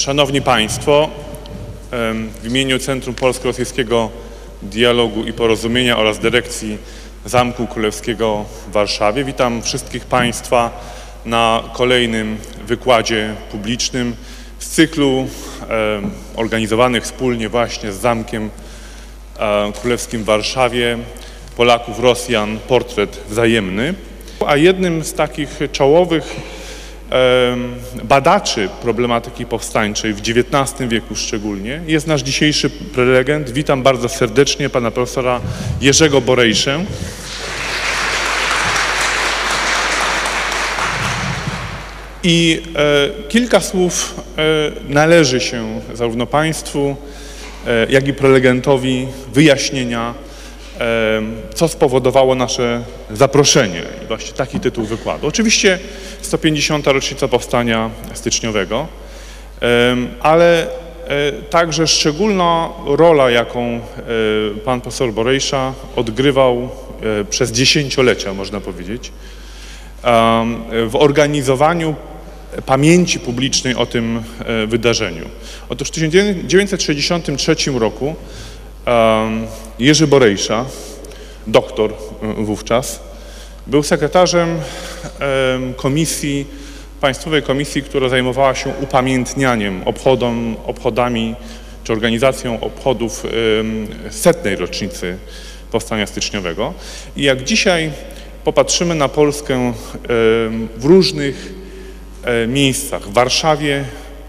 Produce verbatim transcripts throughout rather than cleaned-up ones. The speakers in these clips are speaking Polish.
Szanowni Państwo, w imieniu Centrum Polsko-Rosyjskiego Dialogu i Porozumienia oraz Dyrekcji Zamku Królewskiego w Warszawie witam wszystkich Państwa na kolejnym wykładzie publicznym z cyklu organizowanych wspólnie właśnie z Zamkiem Królewskim w Warszawie Polaków, Rosjan, portret wzajemny. A jednym z takich czołowych badaczy problematyki powstańczej w dziewiętnastym wieku szczególnie jest nasz dzisiejszy prelegent. Witam bardzo serdecznie pana profesora Jerzego Borejszę. I e, kilka słów e, należy się zarówno państwu, e, jak i prelegentowi wyjaśnienia, e, co spowodowało nasze zaproszenie. I właśnie taki tytuł wykładu. Oczywiście sto pięćdziesiąta rocznica powstania styczniowego, e, ale e, także szczególna rola, jaką e, pan profesor Borejsza odgrywał e, przez dziesięciolecia, można powiedzieć, e, w organizowaniu pamięci publicznej o tym e, wydarzeniu. Otóż w tysiąc dziewięćset sześćdziesiątym trzecim roku e, Jerzy Borejsza, doktor e, wówczas, był sekretarzem e, komisji, Państwowej Komisji, która zajmowała się upamiętnianiem, obchodom, obchodami czy organizacją obchodów e, setnej rocznicy powstania styczniowego. I jak dzisiaj popatrzymy na Polskę e, w różnych miejscach, w Warszawie,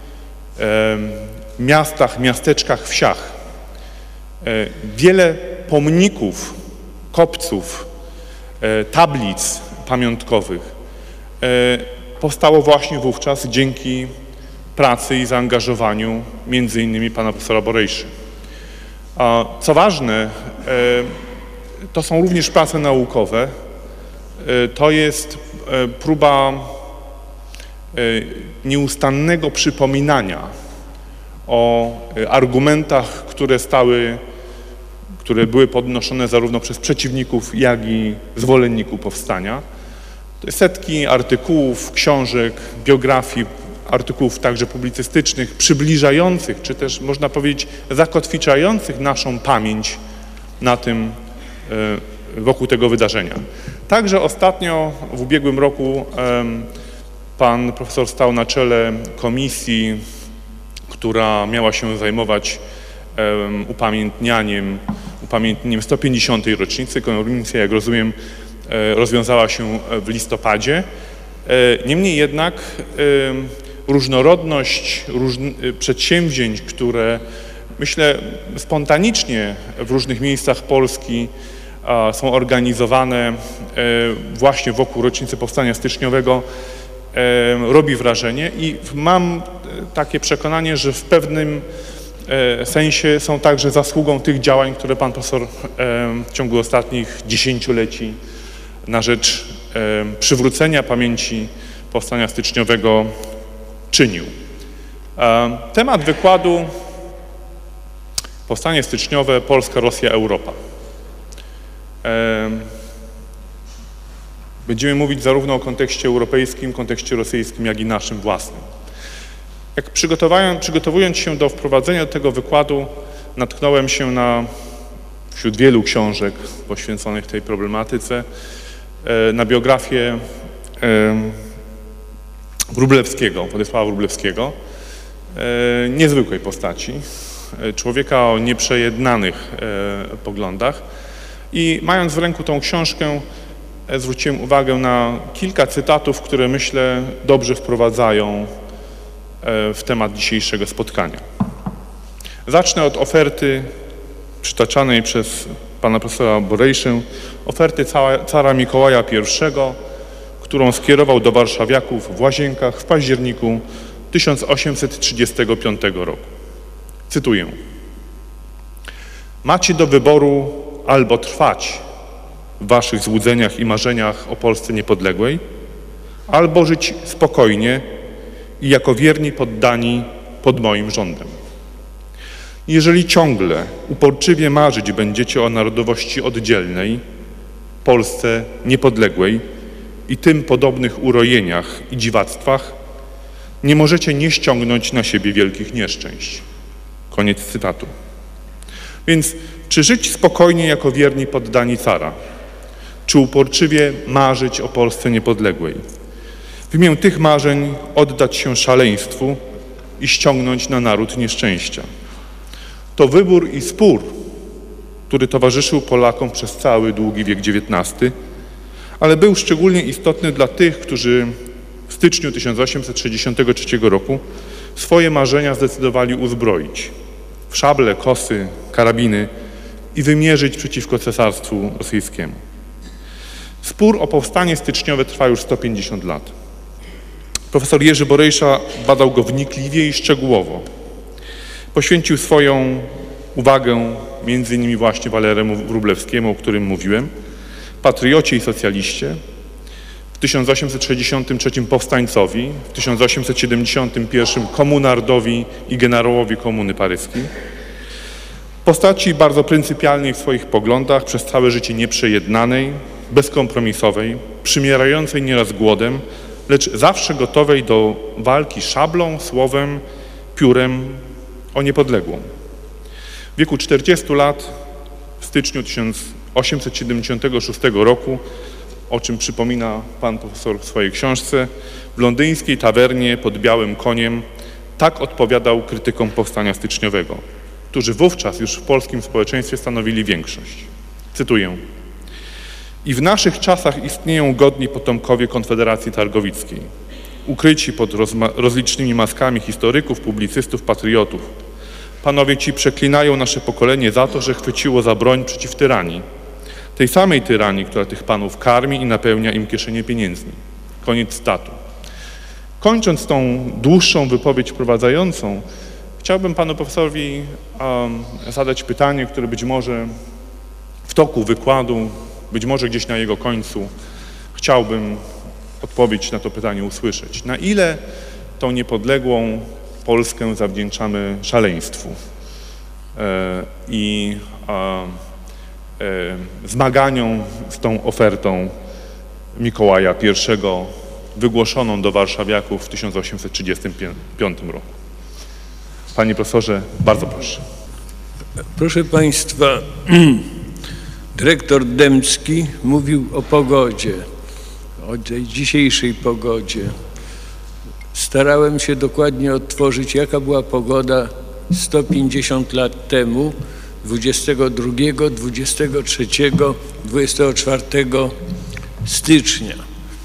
miastach, miasteczkach, wsiach. Wiele pomników, kopców, tablic pamiątkowych powstało właśnie wówczas dzięki pracy i zaangażowaniu między innymi pana profesora Borejszy. Co ważne, to są również prace naukowe. To jest próba nieustannego przypominania o argumentach, które stały, które były podnoszone zarówno przez przeciwników, jak i zwolenników powstania. To jest setki artykułów, książek, biografii, artykułów także publicystycznych, przybliżających, czy też można powiedzieć zakotwiczających naszą pamięć na tym, wokół tego wydarzenia. Także ostatnio w ubiegłym roku pan profesor stał na czele komisji, która miała się zajmować um, upamiętnianiem, upamiętnieniem sto pięćdziesiątej rocznicy. Komisja, jak rozumiem, e, rozwiązała się w listopadzie. E, niemniej jednak e, różnorodność różn przedsięwzięć, które myślę spontanicznie w różnych miejscach Polski a, są organizowane e, właśnie wokół rocznicy powstania styczniowego, robi wrażenie i mam takie przekonanie, że w pewnym sensie są także zasługą tych działań, które pan profesor w ciągu ostatnich dziesięcioleci na rzecz przywrócenia pamięci powstania styczniowego czynił. Temat wykładu: powstanie styczniowe, Polska, Rosja, Europa. Będziemy mówić zarówno o kontekście europejskim, kontekście rosyjskim, jak i naszym własnym. Jak przygotowując się do wprowadzenia do tego wykładu, natknąłem się na, wśród wielu książek poświęconych tej problematyce, na biografię Wróblewskiego, Władysława Wróblewskiego, niezwykłej postaci, człowieka o nieprzejednanych poglądach. I mając w ręku tą książkę, zwróciłem uwagę na kilka cytatów, które myślę dobrze wprowadzają w temat dzisiejszego spotkania. Zacznę od oferty przytaczanej przez pana profesora Borejszę, oferty cara Mikołaja pierwszego, którą skierował do warszawiaków w Łazienkach w październiku tysiąc osiemset trzydziestego piątego roku. Cytuję: macie do wyboru albo trwać w waszych złudzeniach i marzeniach o Polsce niepodległej, albo żyć spokojnie i jako wierni poddani pod moim rządem. Jeżeli ciągle uporczywie marzyć będziecie o narodowości oddzielnej, Polsce niepodległej i tym podobnych urojeniach i dziwactwach, nie możecie nie ściągnąć na siebie wielkich nieszczęść. Koniec cytatu. Więc czy żyć spokojnie jako wierni poddani cara? Czy uporczywie marzyć o Polsce niepodległej? W imię tych marzeń oddać się szaleństwu i ściągnąć na naród nieszczęścia. To wybór i spór, który towarzyszył Polakom przez cały długi wiek dziewiętnasty, ale był szczególnie istotny dla tych, którzy w styczniu tysiąc osiemset sześćdziesiątego trzeciego roku swoje marzenia zdecydowali uzbroić w szable, kosy, karabiny i wymierzyć przeciwko cesarstwu rosyjskiemu. Spór o powstanie styczniowe trwa już sto pięćdziesiąt lat. Profesor Jerzy Borejsza badał go wnikliwie i szczegółowo. Poświęcił swoją uwagę między innymi właśnie Waleremu Wróblewskiemu, o którym mówiłem, patriocie i socjaliście, w tysiąc osiemset sześćdziesiątym trzecim powstańcowi, w tysiąc osiemset siedemdziesiątym pierwszym komunardowi i generałowi Komuny Paryskiej. Postaci bardzo pryncypialnej w swoich poglądach, przez całe życie nieprzejednanej, bezkompromisowej, przymierającej nieraz głodem, lecz zawsze gotowej do walki szablą, słowem, piórem o niepodległą. W wieku czterdziestu lat, w styczniu tysiąc osiemset siedemdziesiątego szóstego roku, o czym przypomina pan profesor w swojej książce, w londyńskiej tawernie pod Białym Koniem tak odpowiadał krytykom powstania styczniowego, którzy wówczas już w polskim społeczeństwie stanowili większość. Cytuję: i w naszych czasach istnieją godni potomkowie Konfederacji Targowickiej, ukryci pod rozlicznymi maskami historyków, publicystów, patriotów. Panowie ci przeklinają nasze pokolenie za to, że chwyciło za broń przeciw tyranii. Tej samej tyranii, która tych panów karmi i napełnia im kieszenie pieniędzmi. Koniec cytatu. Kończąc tą dłuższą wypowiedź wprowadzającą, chciałbym panu profesorowi um, zadać pytanie, które być może w toku wykładu, być może gdzieś na jego końcu chciałbym odpowiedź na to pytanie usłyszeć. Na ile tą niepodległą Polskę zawdzięczamy szaleństwu e, i e, e, zmaganiom z tą ofertą Mikołaja pierwszego wygłoszoną do warszawiaków w tysiąc osiemset trzydziestym piątym roku. Panie profesorze, bardzo proszę. Proszę państwa, dyrektor Dębski mówił o pogodzie, o tej dzisiejszej pogodzie. Starałem się dokładnie odtworzyć, jaka była pogoda sto pięćdziesiąt lat temu, dwudziestego drugiego, dwudziestego trzeciego, dwudziestego czwartego stycznia.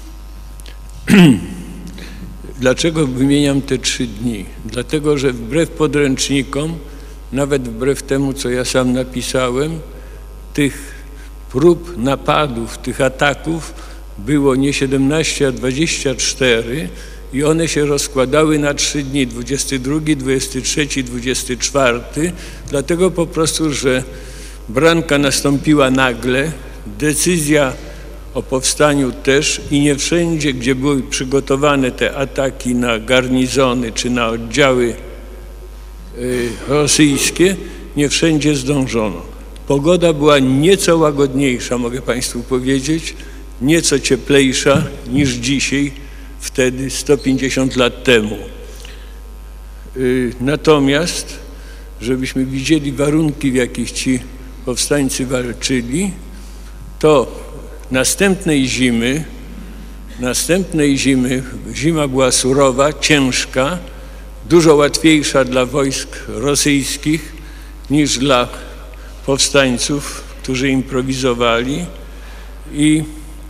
Dlaczego wymieniam te trzy dni? Dlatego, że wbrew podręcznikom, nawet wbrew temu, co ja sam napisałem, tych prób napadów, tych ataków było nie siedemnaście, a dwadzieścia cztery i one się rozkładały na trzy dni, dwudziesty drugi, dwudziesty trzeci, dwudziesty czwarty, dlatego po prostu, że branka nastąpiła nagle, decyzja o powstaniu też i nie wszędzie, gdzie były przygotowane te ataki na garnizony czy na oddziały y, rosyjskie, nie wszędzie zdążono. Pogoda była nieco łagodniejsza, mogę państwu powiedzieć, nieco cieplejsza niż dzisiaj, wtedy sto pięćdziesiąt lat temu. Y, natomiast, żebyśmy widzieli warunki, w jakich ci powstańcy walczyli, to następnej zimy, następnej zimy, zima była surowa, ciężka, dużo łatwiejsza dla wojsk rosyjskich niż dla powstańców, którzy improwizowali. I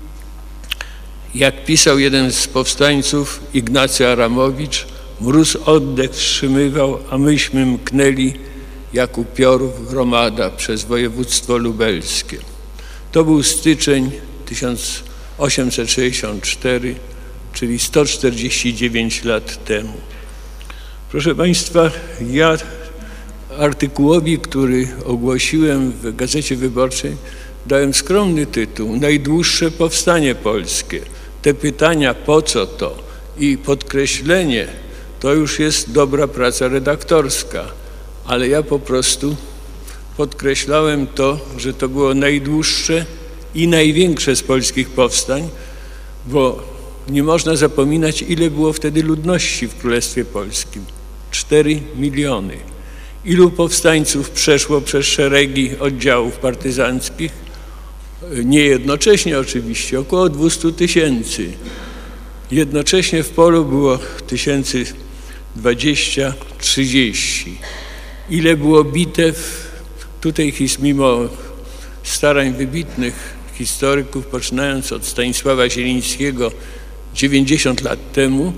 jak pisał jeden z powstańców, Ignacy Aramowicz, mróz oddech wstrzymywał, a myśmy mknęli jak upiorów gromada przez województwo lubelskie. To był styczeń tysiąc osiemset sześćdziesiąty czwarty, czyli sto czterdzieści dziewięć lat temu. Proszę państwa, ja artykułowi, który ogłosiłem w Gazecie Wyborczej, dałem skromny tytuł: Najdłuższe powstanie polskie. Te pytania, po co to i podkreślenie, to już jest dobra praca redaktorska, ale ja po prostu podkreślałem to, że to było najdłuższe i największe z polskich powstań, bo nie można zapominać, ile było wtedy ludności w Królestwie Polskim. Cztery miliony. Ilu powstańców przeszło przez szeregi oddziałów partyzanckich? Nie jednocześnie oczywiście, około dwustu tysięcy. Jednocześnie w polu było tysięcy dwadzieścia, trzydzieści. Ile było bitew? Tutaj mimo starań wybitnych historyków, poczynając od Stanisława Zielińskiego dziewięćdziesiąt lat temu,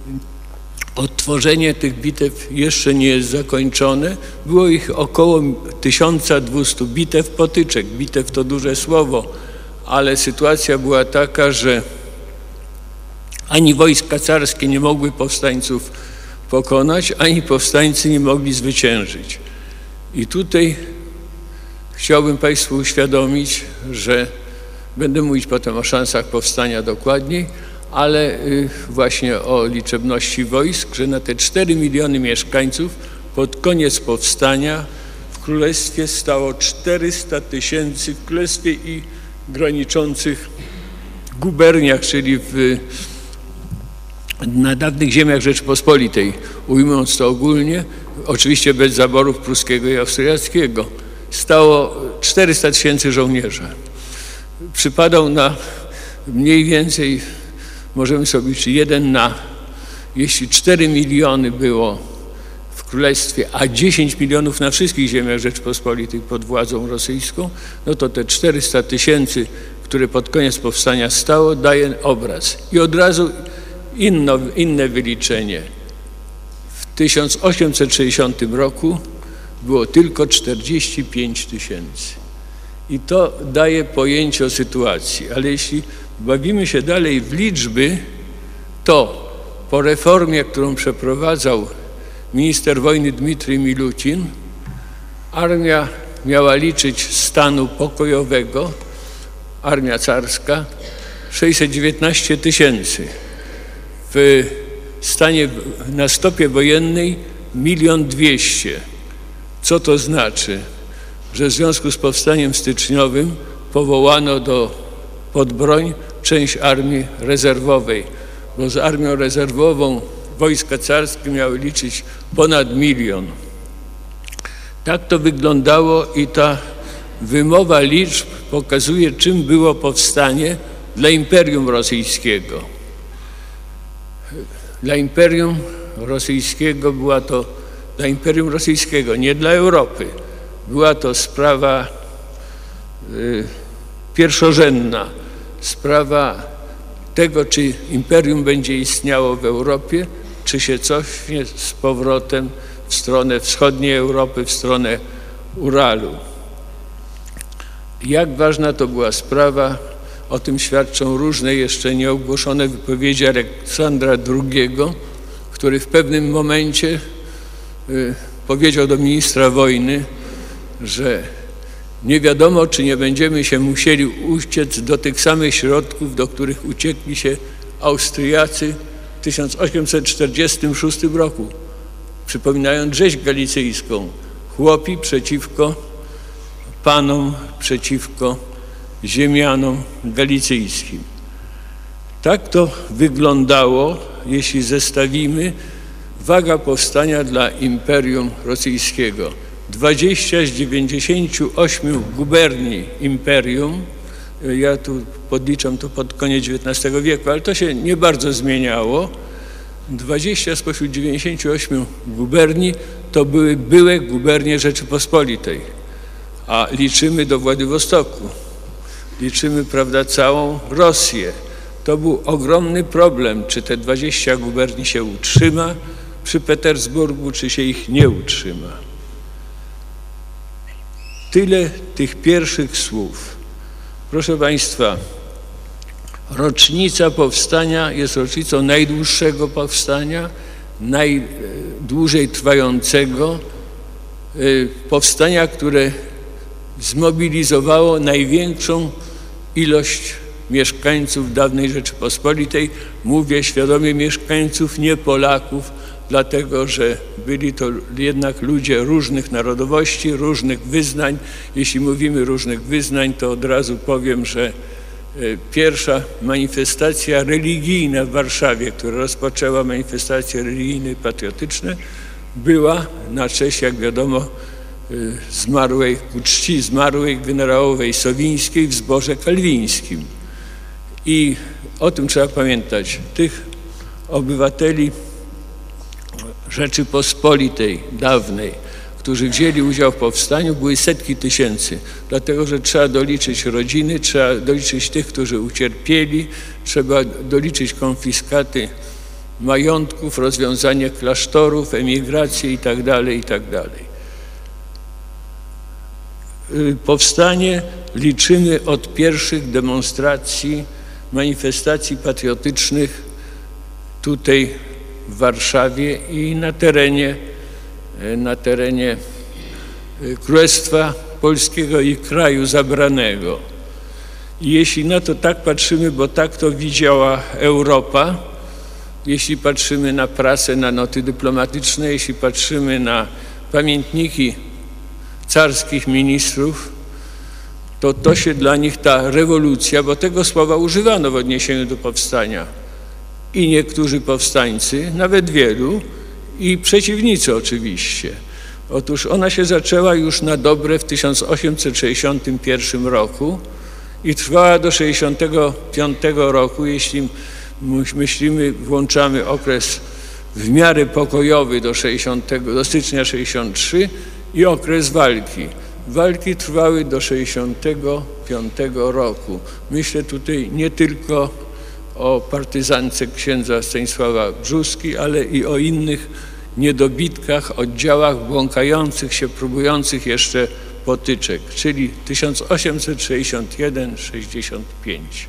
odtworzenie tych bitew jeszcze nie jest zakończone. Było ich około tysiąc dwieście bitew, potyczek. Bitew to duże słowo, ale sytuacja była taka, że ani wojska carskie nie mogły powstańców pokonać, ani powstańcy nie mogli zwyciężyć. I tutaj chciałbym Państwu uświadomić, że będę mówić potem o szansach powstania dokładniej, ale właśnie o liczebności wojsk, że na te cztery miliony mieszkańców pod koniec powstania w Królestwie stało czterysta tysięcy, w Królestwie i graniczących guberniach, czyli w, na dawnych ziemiach Rzeczypospolitej, ujmując to ogólnie, oczywiście bez zaborów pruskiego i austriackiego, stało czterysta tysięcy żołnierzy. Przypadał na mniej więcej, możemy sobie liczyć, jeden na, jeśli cztery miliony było w Królestwie, a dziesięć milionów na wszystkich ziemiach Rzeczypospolitej pod władzą rosyjską, no to te czterysta tysięcy, które pod koniec powstania stało, daje obraz. I od razu inno, inne wyliczenie. W tysiąc osiemset sześćdziesiątym roku było tylko czterdzieści pięć tysięcy. I to daje pojęcie o sytuacji. Ale jeśli bawimy się dalej w liczby, to po reformie, którą przeprowadzał minister wojny Dmitrij Milutin, armia miała liczyć stanu pokojowego, armia carska, sześćset dziewiętnaście tysięcy. W stanie, na stopie wojennej milion dwieście. Co to znaczy? Że w związku z powstaniem styczniowym powołano do pod broń część armii rezerwowej, bo z armią rezerwową wojska carskie miały liczyć ponad milion. Tak to wyglądało i ta wymowa liczb pokazuje, czym było powstanie dla Imperium Rosyjskiego. Dla Imperium Rosyjskiego była to, dla Imperium Rosyjskiego, nie dla Europy. Była to sprawa y, pierwszorzędna, sprawa tego, czy imperium będzie istniało w Europie, czy się cofnie z powrotem w stronę wschodniej Europy, w stronę Uralu. Jak ważna to była sprawa, o tym świadczą różne jeszcze nieogłoszone wypowiedzi Aleksandra drugiego, który w pewnym momencie y, powiedział do ministra wojny, że nie wiadomo, czy nie będziemy się musieli uciec do tych samych środków, do których uciekli się Austriacy w tysiąc osiemset czterdziestym szóstym roku, przypominając rzeź galicyjską. Chłopi przeciwko panom, przeciwko ziemianom galicyjskim. Tak to wyglądało, jeśli zestawimy waga powstania dla Imperium Rosyjskiego. dwadzieścia z dziewięćdziesięciu ośmiu guberni imperium, ja tu podliczam to pod koniec dziewiętnastego wieku, ale to się nie bardzo zmieniało. dwadzieścia spośród dziewięćdziesięciu ośmiu guberni to były byłe gubernie Rzeczypospolitej, a liczymy do Władywostoku, liczymy, prawda, całą Rosję. To był ogromny problem, czy te dwadzieścia guberni się utrzyma przy Petersburgu, czy się ich nie utrzyma. Tyle tych pierwszych słów. Proszę Państwa, rocznica powstania jest rocznicą najdłuższego powstania, najdłużej trwającego powstania, które zmobilizowało największą ilość mieszkańców dawnej Rzeczypospolitej. Mówię świadomie mieszkańców, nie Polaków, dlatego że byli to jednak ludzie różnych narodowości, różnych wyznań. Jeśli mówimy różnych wyznań, to od razu powiem, że Pierwsza manifestacja religijna w Warszawie, która rozpoczęła manifestacje religijne i patriotyczne, była na cześć, jak wiadomo, zmarłej, ku czci zmarłej generałowej Sowińskiej w zborze kalwińskim. I o tym trzeba pamiętać. Tych obywateli Rzeczypospolitej dawnej, którzy wzięli udział w powstaniu, były setki tysięcy, dlatego że trzeba doliczyć rodziny, trzeba doliczyć tych, którzy ucierpieli, trzeba doliczyć konfiskaty majątków, rozwiązanie klasztorów, emigrację itd., itd. Powstanie liczymy od pierwszych demonstracji, manifestacji patriotycznych tutaj w Warszawie i na terenie, na terenie Królestwa Polskiego i kraju zabranego. I jeśli na to tak patrzymy, bo tak to widziała Europa, jeśli patrzymy na prasę, na noty dyplomatyczne, jeśli patrzymy na pamiętniki carskich ministrów, to to się dla nich ta rewolucja, bo tego słowa używano w odniesieniu do powstania. I niektórzy powstańcy, nawet wielu, i przeciwnicy oczywiście. Otóż ona się zaczęła już na dobre w tysiąc osiemset sześćdziesiątym pierwszym roku i trwała do sześćdziesiątego piątego roku, jeśli myślimy, włączamy okres w miarę pokojowy do, sześćdziesiątego, do stycznia sześćdziesiątego trzeciego i okres walki. Walki trwały do sześćdziesiątego piątego roku. Myślę tutaj nie tylko o partyzance księdza Stanisława Brzóski, ale i o innych niedobitkach, oddziałach błąkających się, próbujących jeszcze potyczek, czyli tysiąc osiemset sześćdziesiąty pierwszy do sześćdziesiątego piątego.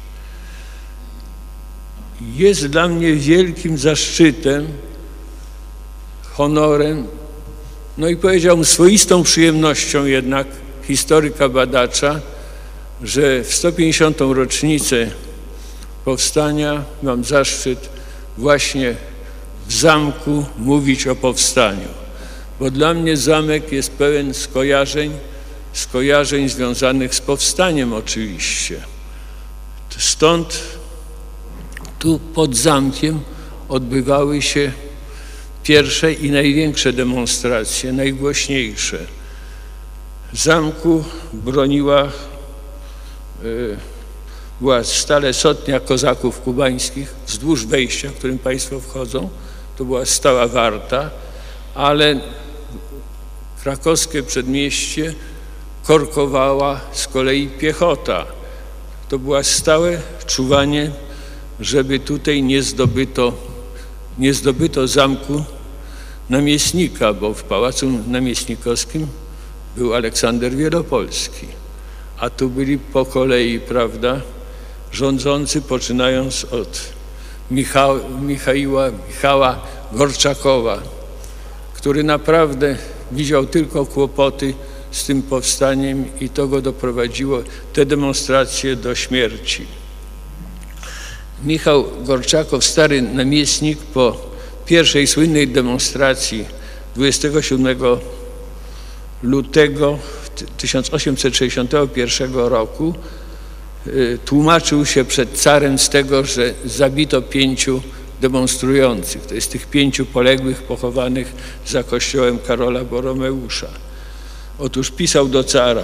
Jest dla mnie wielkim zaszczytem, honorem, no i powiedziałbym swoistą przyjemnością jednak historyka, badacza, że w sto pięćdziesiątą rocznicę powstania mam zaszczyt właśnie w zamku mówić o powstaniu, bo dla mnie zamek jest pełen skojarzeń, skojarzeń związanych z powstaniem oczywiście. Stąd tu pod zamkiem odbywały się pierwsze i największe demonstracje, najgłośniejsze. Zamku broniła, y, była stale sotnia kozaków kubańskich wzdłuż wejścia, którym państwo wchodzą. To była stała warta, ale krakowskie przedmieście korkowała z kolei piechota. To było stałe czuwanie, żeby tutaj nie zdobyto, nie zdobyto zamku namiestnika, bo w Pałacu Namiestnikowskim był Aleksander Wielopolski, a tu byli po kolei, prawda, rządzący, poczynając od Michał, Michaiła, Michała Gorczakowa, który naprawdę widział tylko kłopoty z tym powstaniem i to go doprowadziło, te demonstracje, do śmierci. Michał Gorczakow, stary namiestnik, po pierwszej słynnej demonstracji dwudziestego siódmego lutego tysiąc osiemset sześćdziesiątego pierwszego roku tłumaczył się przed carem z tego, że zabito pięciu demonstrujących. To jest tych pięciu poległych pochowanych za kościołem Karola Boromeusza. Otóż pisał do cara: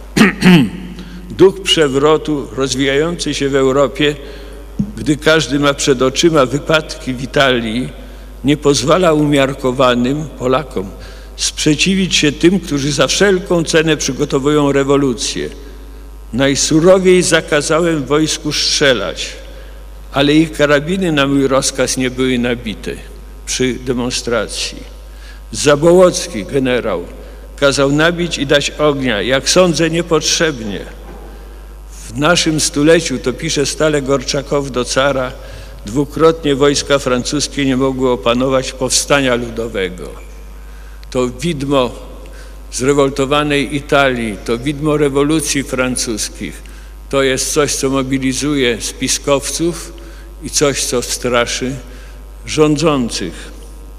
duch przewrotu rozwijający się w Europie, gdy każdy ma przed oczyma wypadki w Italii, nie pozwala umiarkowanym Polakom sprzeciwić się tym, którzy za wszelką cenę przygotowują rewolucję. Najsurowiej zakazałem wojsku strzelać, ale ich karabiny na mój rozkaz nie były nabite przy demonstracji. Zabołocki, generał, kazał nabić i dać ognia, jak sądzę, niepotrzebnie. W naszym stuleciu, to pisze stale Gorczakow do cara, dwukrotnie wojska francuskie nie mogły opanować powstania ludowego. To widmo zrewoltowanej Italii, to widmo rewolucji francuskich, to jest coś, co mobilizuje spiskowców i coś, co straszy rządzących.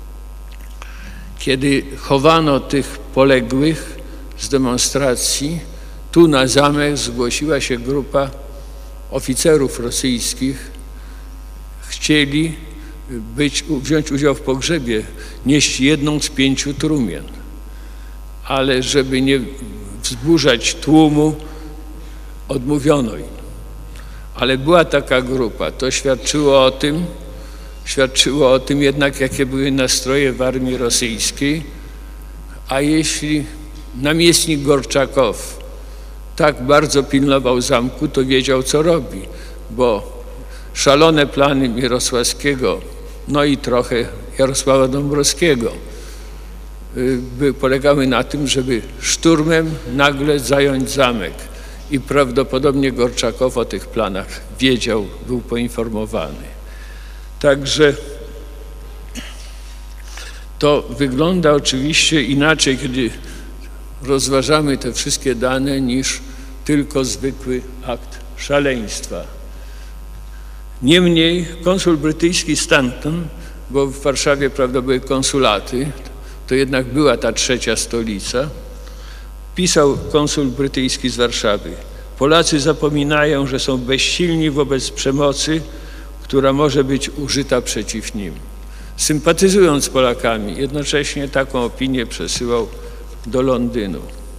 Kiedy chowano tych poległych z demonstracji, tu na zamek zgłosiła się grupa oficerów rosyjskich chcieli być, wziąć udział w pogrzebie, nieść jedną z pięciu trumien. Ale żeby nie wzburzać tłumu, odmówiono im. Ale była taka grupa. To świadczyło o tym, świadczyło o tym jednak, jakie były nastroje w armii rosyjskiej. A jeśli namiestnik Gorczakow tak bardzo pilnował zamku, to wiedział, co robi, bo szalone plany Mirosławskiego, no i trochę Jarosława Dąbrowskiego by polegały na tym, żeby szturmem nagle zająć zamek. I prawdopodobnie Gorczakow o tych planach wiedział, był poinformowany. Także to wygląda oczywiście inaczej, kiedy rozważamy te wszystkie dane, niż tylko zwykły akt szaleństwa. Niemniej konsul brytyjski Stanton, bo w Warszawie, prawda, były konsulaty, to jednak była ta trzecia stolica, pisał konsul brytyjski z Warszawy: Polacy zapominają, że są bezsilni wobec przemocy, która może być użyta przeciw nim. Sympatyzując z Polakami, jednocześnie taką opinię przesyłał do Londynu.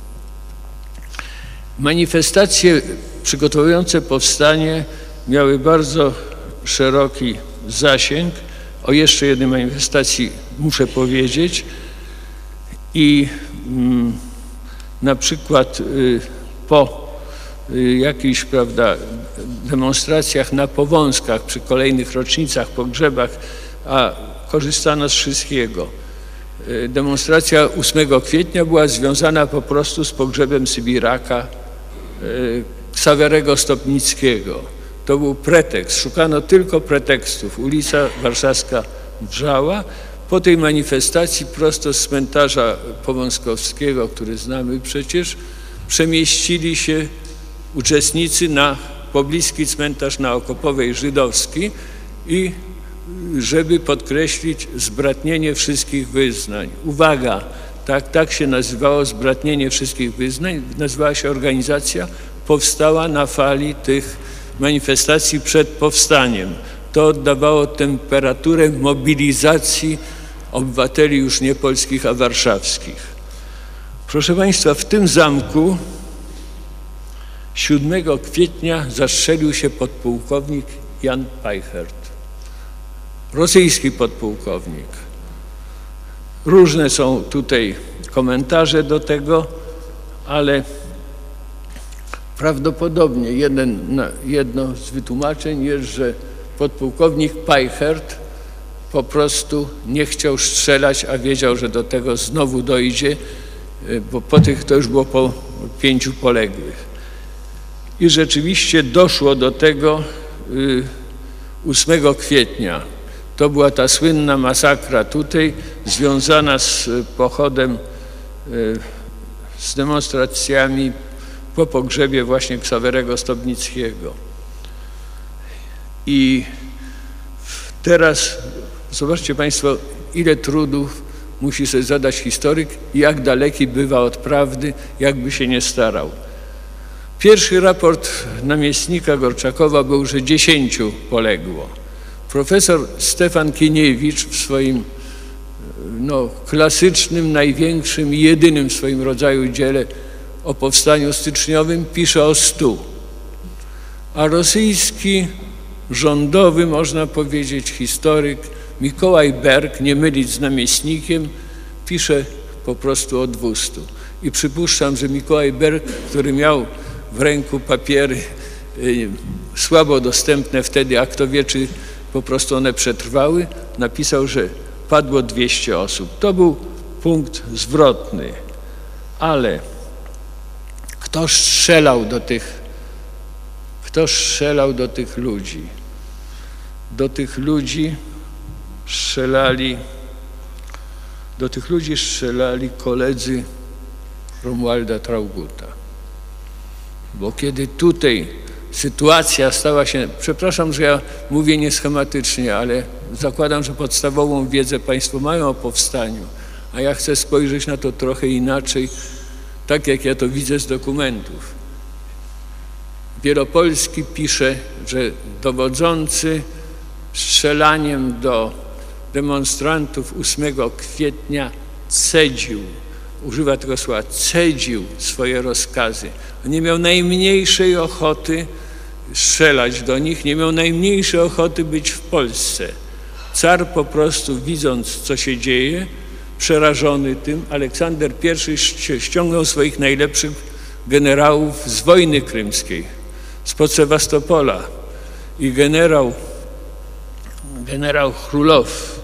Manifestacje przygotowujące powstanie miały bardzo szeroki zasięg. O jeszcze jednej manifestacji muszę powiedzieć. I mm, na przykład y, po y, jakichś, prawda, demonstracjach na Powązkach przy kolejnych rocznicach, pogrzebach, a korzystano z wszystkiego. Y, demonstracja ósmego kwietnia była związana po prostu z pogrzebem Sybiraka y, Ksawerego Stopnickiego. To był pretekst, szukano tylko pretekstów. Ulica Warszawska wrzała. Po tej manifestacji prosto z cmentarza Powązkowskiego, który znamy przecież, przemieścili się uczestnicy na pobliski cmentarz na Okopowej Żydowski, i żeby podkreślić zbratnienie wszystkich wyznań. Uwaga, tak, tak się nazywało zbratnienie wszystkich wyznań, nazywała się organizacja, powstała na fali tych manifestacji przed powstaniem. To oddawało temperaturę mobilizacji obywateli już nie polskich, a warszawskich. Proszę Państwa, w tym zamku siódmego kwietnia zastrzelił się podpułkownik Jan Peichert, rosyjski podpułkownik. Różne są tutaj komentarze do tego, ale prawdopodobnie jeden, jedno z wytłumaczeń jest, że podpułkownik Peichert po prostu nie chciał strzelać, a wiedział, że do tego znowu dojdzie, bo po tych to już było po pięciu poległych. I rzeczywiście doszło do tego ósmego kwietnia. To była ta słynna masakra tutaj, związana z pochodem, z demonstracjami po pogrzebie właśnie Ksawerego Stopnickiego. I teraz zobaczcie Państwo, ile trudów musi sobie zadać historyk i jak daleki bywa od prawdy, jakby się nie starał. Pierwszy raport namiestnika Gorczakowa był, że dziesięciu poległo. Profesor Stefan Kiniewicz w swoim no, klasycznym, największym i jedynym w swoim rodzaju dziele o powstaniu styczniowym pisze o stu. A rosyjski, rządowy, można powiedzieć, historyk Mikołaj Berg, nie mylić z namiestnikiem, pisze po prostu o dwustu. I przypuszczam, że Mikołaj Berg, który miał w ręku papiery y, słabo dostępne wtedy, a kto wie, czy po prostu one przetrwały, napisał, że padło dwieście osób. To był punkt zwrotny. Ale kto strzelał do tych, kto strzelał do tych ludzi? Do tych ludzi strzelali, do tych ludzi strzelali koledzy Romualda Traugutta. Bo kiedy tutaj sytuacja stała się, przepraszam, że ja mówię nieschematycznie, ale zakładam, że podstawową wiedzę Państwo mają o powstaniu, a ja chcę spojrzeć na to trochę inaczej, tak jak ja to widzę z dokumentów. Wielopolski pisze, że dowodzący strzelaniem do demonstrantów ósmego kwietnia cedził, używa tego słowa, cedził swoje rozkazy. On nie miał najmniejszej ochoty strzelać do nich, nie miał najmniejszej ochoty być w Polsce. Car po prostu, widząc, co się dzieje, przerażony tym, Aleksander pierwszy ściągnął swoich najlepszych generałów z wojny krymskiej, spod Sewastopola, i generał, generał Chrulow,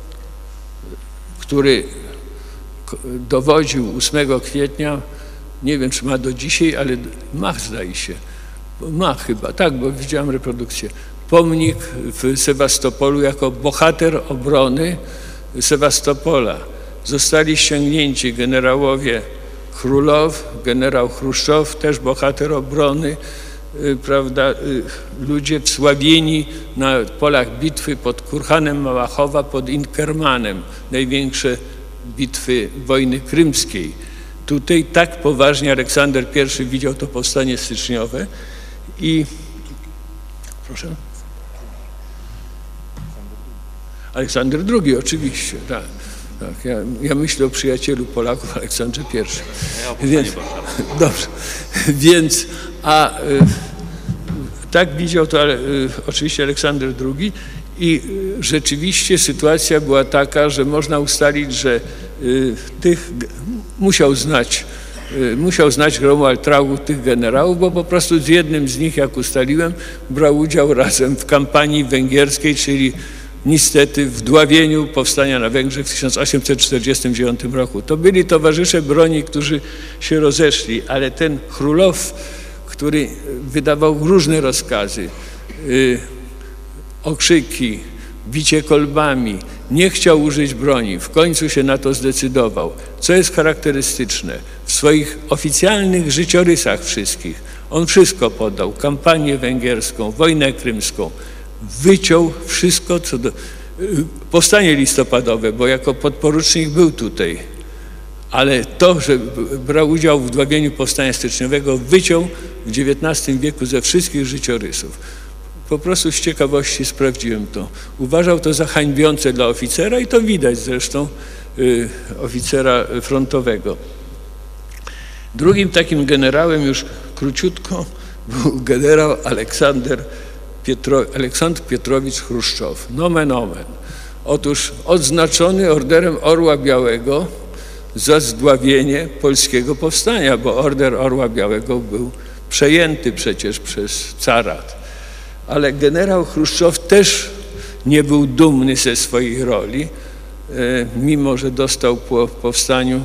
który dowodził ósmego kwietnia, nie wiem, czy ma do dzisiaj, ale ma, zdaje się, ma chyba, tak, bo widziałem reprodukcję, pomnik w Sewastopolu jako bohater obrony Sewastopola. Zostali ściągnięci generałowie Chrulow, generał Chruszczow, też bohater obrony, prawda, ludzie wsławieni na polach bitwy pod Kurhanem Małachowa, pod Inkermanem, największe bitwy wojny krymskiej. Tutaj tak poważnie Aleksander pierwszy widział to powstanie styczniowe i proszę. Aleksander drugi, oczywiście, tak. tak ja, ja myślę o przyjacielu Polaków, Aleksandrze pierwszym. Ja więc, dobrze, więc, a y, tak widział to y, oczywiście Aleksander drugi i y, rzeczywiście sytuacja była taka, że można ustalić, że y, tych musiał znać, y, musiał znać Romuald Traugott tych generałów, bo po prostu z jednym z nich, jak ustaliłem, brał udział razem w kampanii węgierskiej, czyli niestety w dławieniu powstania na Węgrzech w tysiąc osiemset czterdziestym dziewiątym roku. To byli towarzysze broni, którzy się rozeszli, ale ten Chrulow, który wydawał różne rozkazy, yy, okrzyki, bicie kolbami, nie chciał użyć broni, w końcu się na to zdecydował. Co jest charakterystyczne, w swoich oficjalnych życiorysach wszystkich, on wszystko podał, kampanię węgierską, wojnę krymską, wyciął wszystko, co do... Powstanie listopadowe, bo jako podporucznik był tutaj, ale to, że brał udział w dławieniu powstania styczniowego, wyciął w dziewiętnastym wieku ze wszystkich życiorysów. Po prostu z ciekawości sprawdziłem to. Uważał to za hańbiące dla oficera i to widać zresztą y, oficera frontowego. Drugim takim generałem, już króciutko, był generał Aleksander Pietro, Aleksandr Pietrowicz Chruszczow. Nomen omen. Otóż odznaczony Orderem Orła Białego za zdławienie polskiego powstania, bo Order Orła Białego był przejęty przecież przez carat. Ale generał Chruszczow też nie był dumny ze swojej roli, mimo że dostał po powstaniu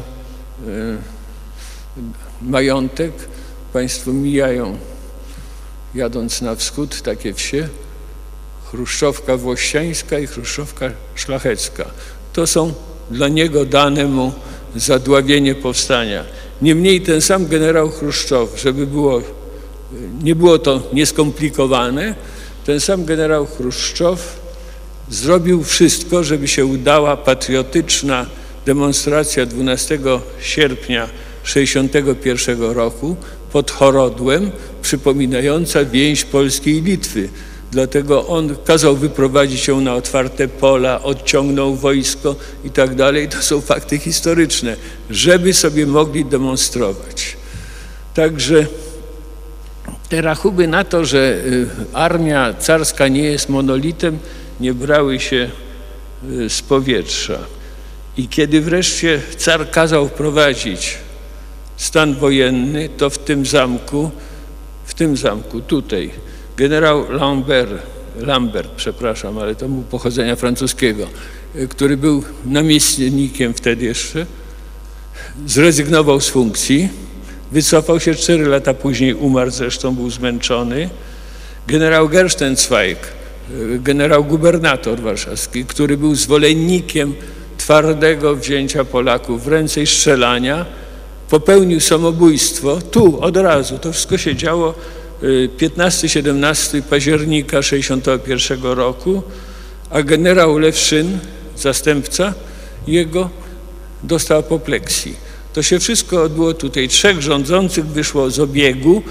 majątek. Państwo mijają, jadąc na wschód, takie wsie, Chruszczówka Włościańska i Chruszczówka Szlachecka. To są dla niego dane mu za dławienie powstania. Niemniej ten sam generał Chruszczow, żeby było, nie było to nieskomplikowane, ten sam generał Chruszczow zrobił wszystko, żeby się udała patriotyczna demonstracja dwunastego sierpnia tysiąc dziewięćset sześćdziesiątego pierwszego roku pod Horodłem, przypominająca więź Polski i Litwy. Dlatego on kazał wyprowadzić ją na otwarte pola, odciągnął wojsko i tak dalej. To są fakty historyczne, żeby sobie mogli demonstrować. Także te rachuby na to, że armia carska nie jest monolitem, nie brały się z powietrza. I kiedy wreszcie car kazał wprowadzić stan wojenny, to w tym zamku, w tym zamku, tutaj, generał Lambert, Lambert, przepraszam, ale to był pochodzenia francuskiego, który był namiestnikiem wtedy jeszcze, zrezygnował z funkcji, wycofał się cztery lata później, umarł zresztą, był zmęczony. Generał Gerstenzweig, generał gubernator warszawski, który był zwolennikiem twardego wzięcia Polaków w ręce i strzelania, popełnił samobójstwo tu od razu. To wszystko się działo piętnastego siedemnastego października tysiąc dziewięćset sześćdziesiątego pierwszego roku, a generał Lewszyn, zastępca jego, dostał apopleksji. To się wszystko odbyło tutaj. Trzech rządzących wyszło z obiegu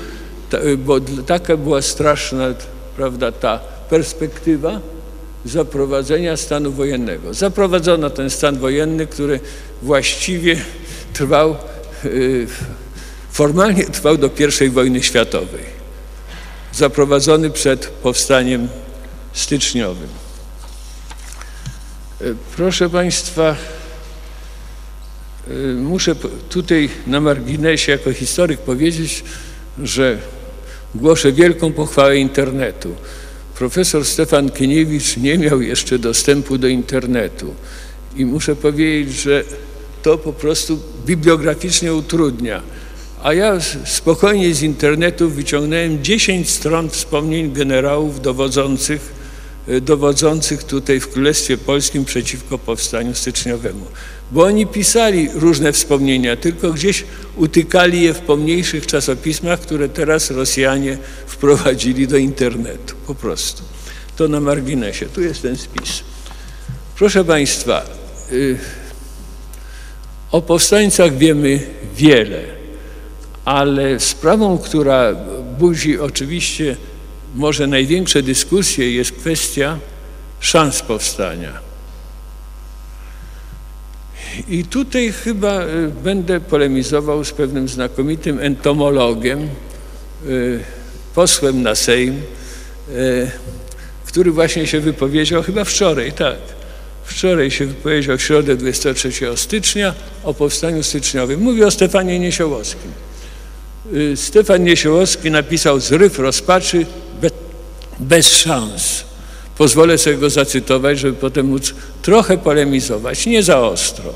bo taka była straszna, prawda, ta perspektywa zaprowadzenia stanu wojennego. Zaprowadzono ten stan wojenny, który właściwie trwał, formalnie trwał do pierwszej wojny światowej. Zaprowadzony przed powstaniem styczniowym. Proszę Państwa, muszę tutaj na marginesie jako historyk powiedzieć, że głoszę wielką pochwałę internetu. Profesor Stefan Kieniewicz nie miał jeszcze dostępu do internetu i muszę powiedzieć, że to po prostu bibliograficznie utrudnia. A ja spokojnie z internetu wyciągnąłem dziesięć stron wspomnień generałów dowodzących, dowodzących tutaj w Królestwie Polskim przeciwko powstaniu styczniowemu. Bo oni pisali różne wspomnienia, tylko gdzieś utykali je w pomniejszych czasopismach, które teraz Rosjanie wprowadzili do internetu. Po prostu. To na marginesie. Tu jest ten spis. Proszę Państwa, y, o powstańcach wiemy wiele, ale sprawą, która budzi oczywiście może największe dyskusje, jest kwestia szans powstania. I tutaj chyba będę polemizował z pewnym znakomitym entomologiem, posłem na Sejm, który właśnie się wypowiedział, chyba wczoraj, tak, wczoraj się wypowiedział w środę dwudziestego trzeciego stycznia o powstaniu styczniowym. Mówi o Stefanie Niesiołowskim. Stefan Niesiołowski napisał zryw rozpaczy be, bez szans. Pozwolę sobie go zacytować, żeby potem móc trochę polemizować, nie za ostro.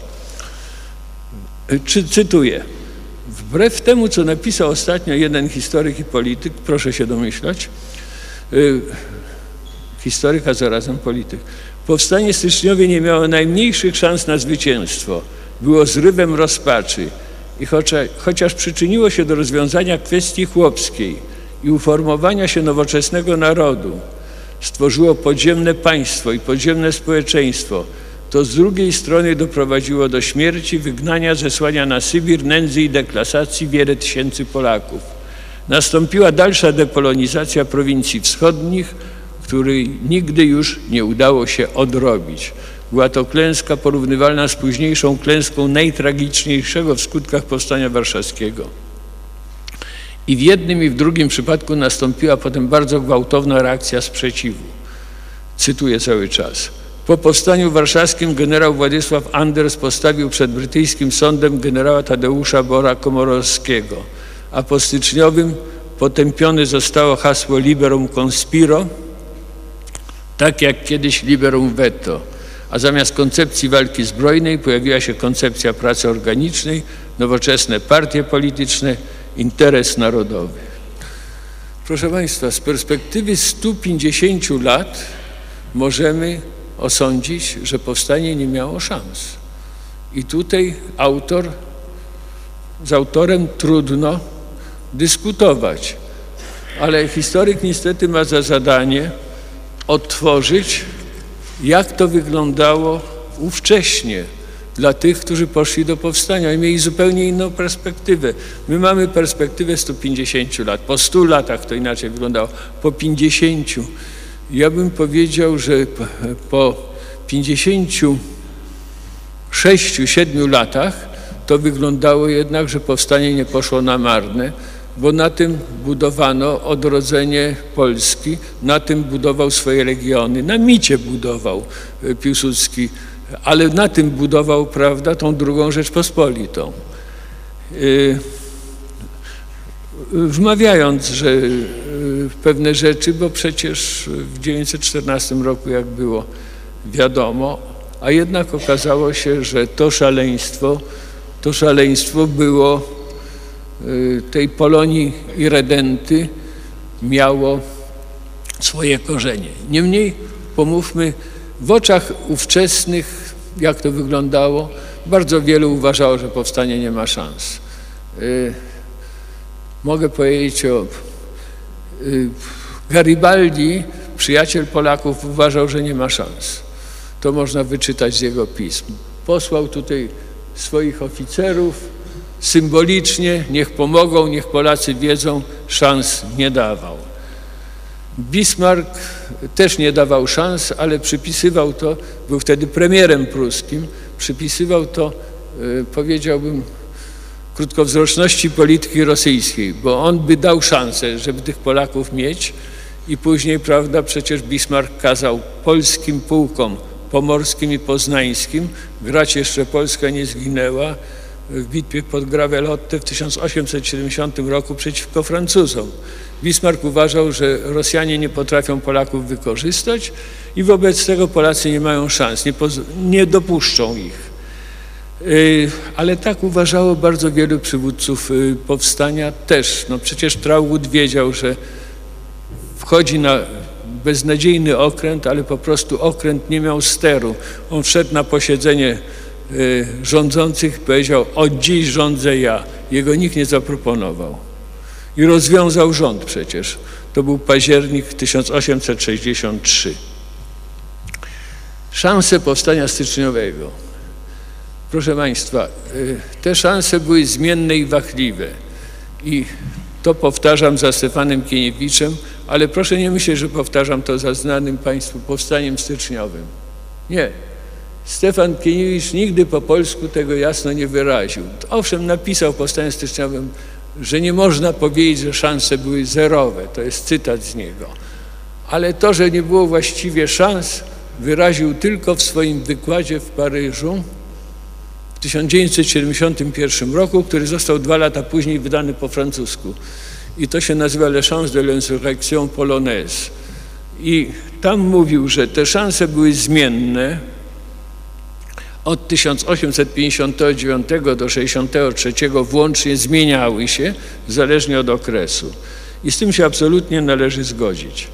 Czy, cytuję. Wbrew temu, co napisał ostatnio jeden historyk i polityk, proszę się domyślać, yy, historyk, a zarazem polityk, powstanie styczniowe nie miało najmniejszych szans na zwycięstwo. Było zrywem rozpaczy i chociaż, chociaż przyczyniło się do rozwiązania kwestii chłopskiej i uformowania się nowoczesnego narodu, stworzyło podziemne państwo i podziemne społeczeństwo, to z drugiej strony doprowadziło do śmierci, wygnania, zesłania na Sybir, nędzy i deklasacji wiele tysięcy Polaków. Nastąpiła dalsza depolonizacja prowincji wschodnich, której nigdy już nie udało się odrobić. Była to klęska porównywalna z późniejszą klęską najtragiczniejszego w skutkach powstania warszawskiego. I w jednym i w drugim przypadku nastąpiła potem bardzo gwałtowna reakcja sprzeciwu. Cytuję cały czas. Po powstaniu warszawskim generał Władysław Anders postawił przed brytyjskim sądem generała Tadeusza Bora Komorowskiego, a po styczniowym potępione zostało hasło liberum conspiro, tak jak kiedyś liberum veto, a zamiast koncepcji walki zbrojnej pojawiła się koncepcja pracy organicznej, nowoczesne partie polityczne, interes narodowy. Proszę Państwa, z perspektywy stu pięćdziesięciu lat możemy osądzić, że powstanie nie miało szans. I tutaj autor, z autorem trudno dyskutować, ale historyk niestety ma za zadanie odtworzyć, jak to wyglądało ówcześnie dla tych, którzy poszli do powstania i mieli zupełnie inną perspektywę. My mamy perspektywę stu pięćdziesięciu lat, po stu latach to inaczej wyglądało, po pięćdziesięciu. Ja bym powiedział, że po pięćdziesięciu sześciu, siedmiu latach to wyglądało jednak, że powstanie nie poszło na marne, bo na tym budowano odrodzenie Polski, na tym budował swoje regiony, na micie budował Piłsudski, ale na tym budował, prawda, tą drugą Rzeczpospolitą. Yy, wmawiając, że yy, pewne rzeczy, bo przecież w tysiąc dziewięćset czternastym roku, jak było wiadomo, a jednak okazało się, że to szaleństwo, to szaleństwo było yy, tej Polonii irredenty, miało swoje korzenie. Niemniej pomówmy, w oczach ówczesnych, jak to wyglądało, bardzo wielu uważało, że powstanie nie ma szans. Yy, mogę powiedzieć o yy, Garibaldi, przyjaciel Polaków, uważał, że nie ma szans. To można wyczytać z jego pism. Posłał tutaj swoich oficerów, symbolicznie, niech pomogą, niech Polacy wiedzą, szans nie dawał. Bismarck też nie dawał szans, ale przypisywał to, był wtedy premierem pruskim, przypisywał to, powiedziałbym, krótkowzroczności polityki rosyjskiej, bo on by dał szansę, żeby tych Polaków mieć i później, prawda, przecież Bismarck kazał polskim pułkom pomorskim i poznańskim grać, jeszcze Polska nie zginęła w bitwie pod Gravelotte w tysiąc osiemset siedemdziesiątym roku przeciwko Francuzom. Bismarck uważał, że Rosjanie nie potrafią Polaków wykorzystać i wobec tego Polacy nie mają szans, nie, nie dopuszczą ich. Ale tak uważało bardzo wielu przywódców powstania też. No przecież Traugott wiedział, że wchodzi na beznadziejny okręt, ale po prostu okręt nie miał steru. On wszedł na posiedzenie rządzących i powiedział: od dziś rządzę ja. Jego nikt nie zaproponował. I rozwiązał rząd przecież. To był październik tysiąc osiemset sześćdziesiąt trzy. Szanse powstania styczniowego. Proszę Państwa, te szanse były zmienne i wahliwe. I to powtarzam za Stefanem Kieniewiczem, ale proszę nie myśleć, że powtarzam to za znanym Państwu powstaniem styczniowym. Nie. Stefan Kieniewicz nigdy po polsku tego jasno nie wyraził. Owszem, napisał w powstaniu styczniowym, że nie można powiedzieć, że szanse były zerowe. To jest cytat z niego. Ale to, że nie było właściwie szans, wyraził tylko w swoim wykładzie w Paryżu w tysiąc dziewięćset siedemdziesiątym pierwszym roku, który został dwa lata później wydany po francusku. I to się nazywa Les chances de l'insurrection polonaise. I tam mówił, że te szanse były zmienne. Od tysiąc osiemset pięćdziesiątego dziewiątego do sześćdziesiątego trzeciego włącznie zmieniały się, zależnie od okresu. I z tym się absolutnie należy zgodzić.